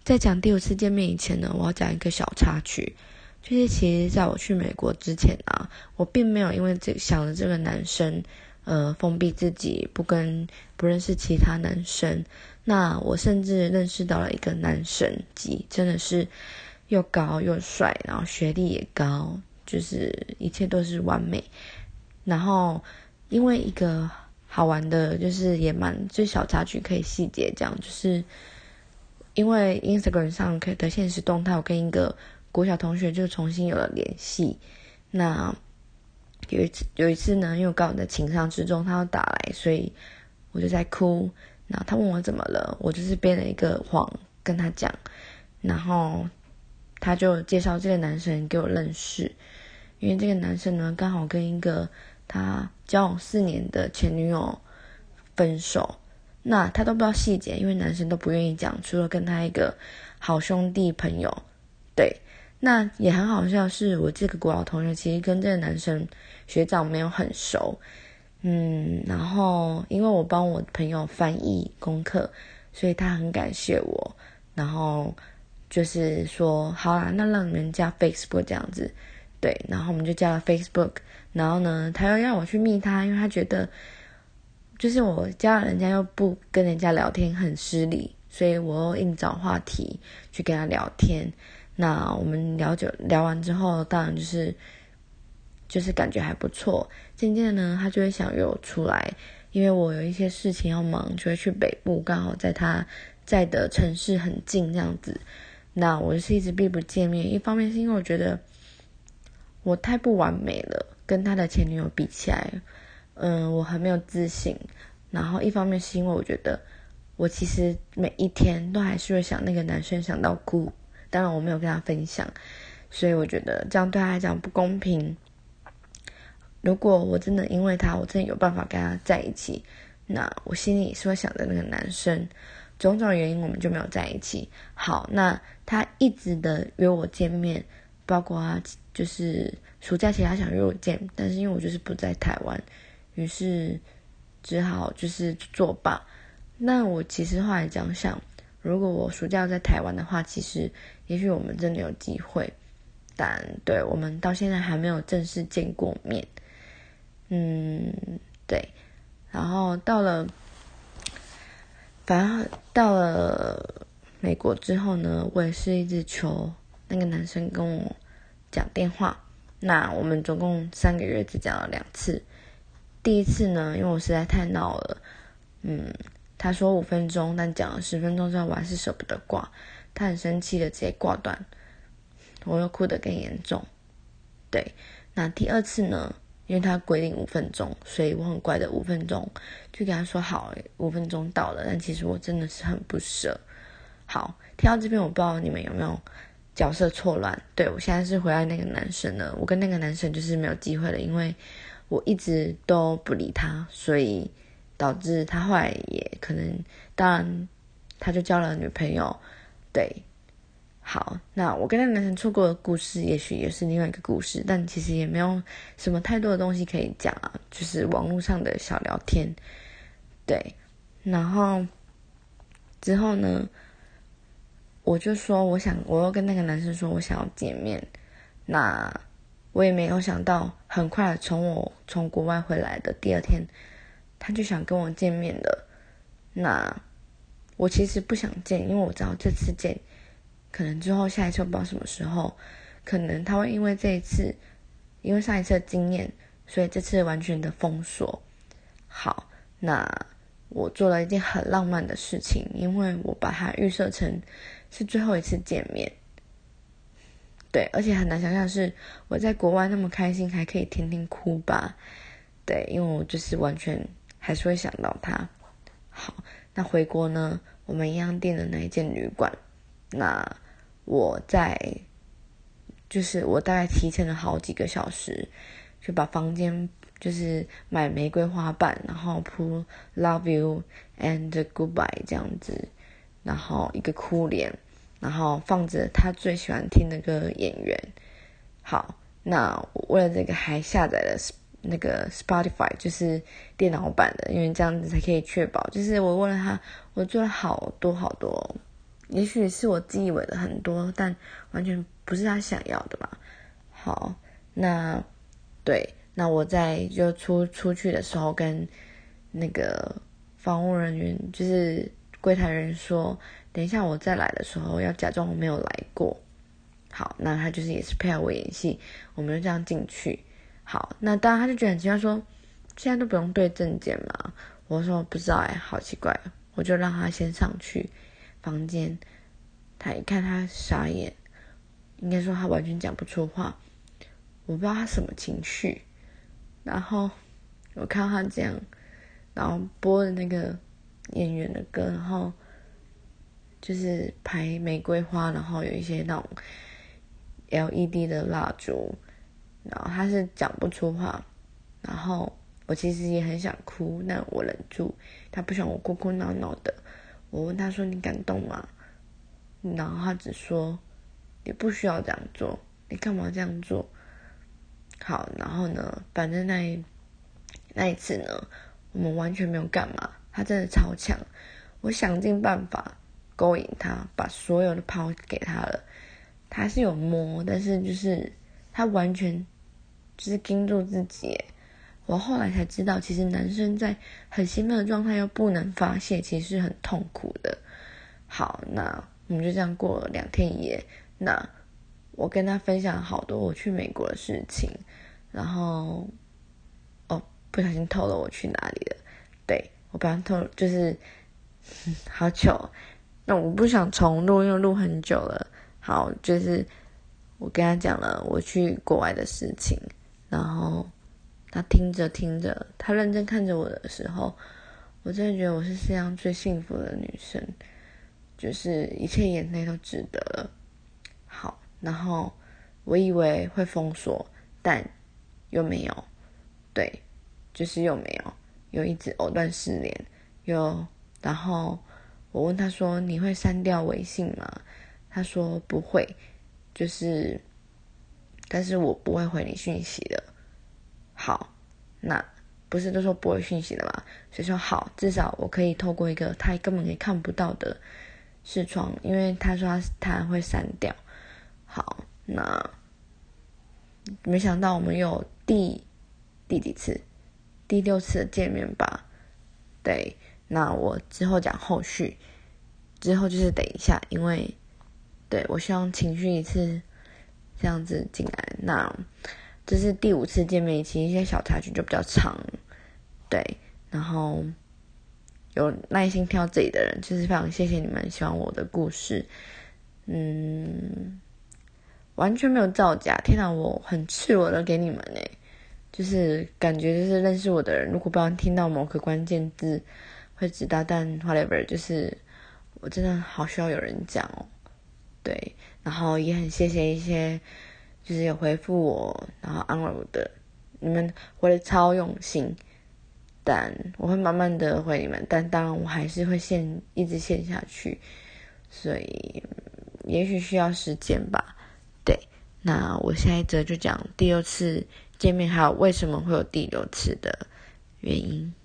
在讲第五次见面以前呢，我要讲一个小插曲，就是其实在我去美国之前啊，我并没有因为想着这个男生封闭自己，不认识其他男生。那我甚至认识到了一个男神级，真的是又高又帅，然后学历也高，就是一切都是完美。然后因为一个好玩的，就是也蛮最小插曲可以细节讲，就是因为 Instagram 上的现实动态，我跟一个国小同学就重新有了联系。那有一次呢，因为我刚好在情商之中，他要打来，所以我就在哭。然后他问我怎么了，我就是编了一个谎跟他讲，然后他就介绍这个男生给我认识。因为这个男生呢，刚好跟一个他交往4年的前女友分手。那他都不知道细节，因为男生都不愿意讲，除了跟他一个好兄弟朋友。对，那也很好笑，是我这个国小同学其实跟这个男生学长没有很熟。然后因为我帮我朋友翻译功课，所以他很感谢我，然后就是说好啦，那让你们加 Facebook 这样子。对，然后我们就加了 Facebook。然后呢，他又让我去密他，因为他觉得就是我加了人家又不跟人家聊天很失礼，所以我又硬找话题去跟他聊天。那我们聊完之后，当然就是感觉还不错。渐渐的呢，他就会想约我出来，因为我有一些事情要忙，就会去北部，刚好在他在的城市很近这样子。那我就是一直避不见面，一方面是因为我觉得我太不完美了，跟他的前女友比起来，我很没有自信。然后一方面是因为我觉得我其实每一天都还是会想那个男生想到哭，当然我没有跟他分享，所以我觉得这样对他来讲不公平。如果我真的因为他，我真的有办法跟他在一起，那我心里也是会想着那个男生。种种原因我们就没有在一起。好，那他一直的约我见面，包括他就是暑假期他想约我见，但是因为我就是不在台湾，于是只好就是作罢。那我其实后来讲想，如果我暑假在台湾的话，其实也许我们真的有机会，但对我们到现在还没有正式见过面。对，然后到了美国之后呢，我也是一直求那个男生跟我讲电话。那我们总共3个月只讲了2次。第一次呢，因为我实在太闹了，他说5分钟，但讲了10分钟之后，我还是舍不得挂。他很生气的直接挂断，我又哭得更严重。对，那第二次呢，因为他规定5分钟，所以我很乖的5分钟就跟他说好，5分钟到了，但其实我真的是很不舍。好，听到这边我不知道你们有没有角色错乱。对，我现在是回来那个男生了，我跟那个男生就是没有机会了，因为我一直都不理他，所以导致他后来也可能，当然他就交了女朋友。对，好，那我跟那个男生错过的故事也许也是另外一个故事，但其实也没有什么太多的东西可以讲啊，就是网络上的小聊天。对，然后之后呢，我就说我又跟那个男生说我想要见面。那我也没有想到，很快从国外回来的第2天，他就想跟我见面了。那我其实不想见，因为我知道这次见可能之后下一次我不知道什么时候，可能他会因为上一次的经验，所以这次完全的封锁。好，那我做了一件很浪漫的事情，因为我把它预设成是最后一次见面。对，而且很难想象是我在国外那么开心还可以天天哭吧。对，因为我就是完全还是会想到他。好，那回国呢，我们一样订了那一间旅馆。那我大概提前了好几个小时，就把房间就是买玫瑰花瓣，然后铺 Love You and Goodbye 这样子，然后一个哭脸，然后放着他最喜欢听的歌演员。好，那我为了这个还下载了那个 Spotify， 就是电脑版的，因为这样子才可以确保。就是我为了他，我做了好多也许是我自以为的很多，但完全不是他想要的吧。好，那我在就出去的时候跟那个房务人员，就是柜台人说，等一下我再来的时候要假装我没有来过。好，那他就是也是配合我演戏，我们就这样进去。好，那当然他就觉得很奇怪，说现在都不用对证件嘛？我说不知道好奇怪，我就让他先上去房间。他一看他傻眼，应该说他完全讲不出话，我不知道他什么情绪。然后我看到他这样，然后播的那个演员的歌，然后就是排玫瑰花，然后有一些那种 LED 的蜡烛，然后他是讲不出话，然后我其实也很想哭，但我忍住，他不想我哭哭闹闹的。我问他说你感动吗？然后他只说你不需要这样做，你干嘛这样做？好，然后呢，反正那一次呢，我们完全没有干嘛，他真的超强，我想尽办法勾引他，把所有的抛给他了，他是有摸，但是就是他完全就是盯住自己耶。我后来才知道，其实男生在很兴奋的状态又不能发泄，其实是很痛苦的。好，那我们就这样过了2天1夜。那我跟他分享好多我去美国的事情，然后不小心透了我去哪里了。对，我把他透了，就是好糗。那我不想重录，因为录很久了。好，就是我跟他讲了我去国外的事情，然后他听着听着，他认真看着我的时候，我真的觉得我是世界上最幸福的女生，就是一切眼泪都值得了。好，然后我以为会封锁，但又没有。对，就是又没有一直藕断丝连。然后我问他说你会删掉微信吗？他说不会，但是我不会回你讯息的。好，那不是都说不会讯息的吗？所以说好，至少我可以透过一个他根本也看不到的视窗，因为他说他会删掉。好，那没想到我们有第几次？第6次的见面吧。对，那我之后讲后续，之后就是等一下，因为对我希望情绪一次这样子进来。那这是第5次见面，其实一些小插曲就比较长。对，然后有耐心听到这里的人，就是非常谢谢你们喜欢我的故事。完全没有造假，天哪，我很赤裸的给你们耶，就是感觉就是认识我的人，如果不然听到某个关键字会知道，但 whatever， 就是我真的好需要有人讲哦。对，然后也很谢谢一些就是有回复我然后安慰我的，你们回的超用心，但我会慢慢的回你们，但当然我还是会一直陷下去，所以也许需要时间吧。对，那我下一则就讲第6次见面，还有为什么会有第6次的原因。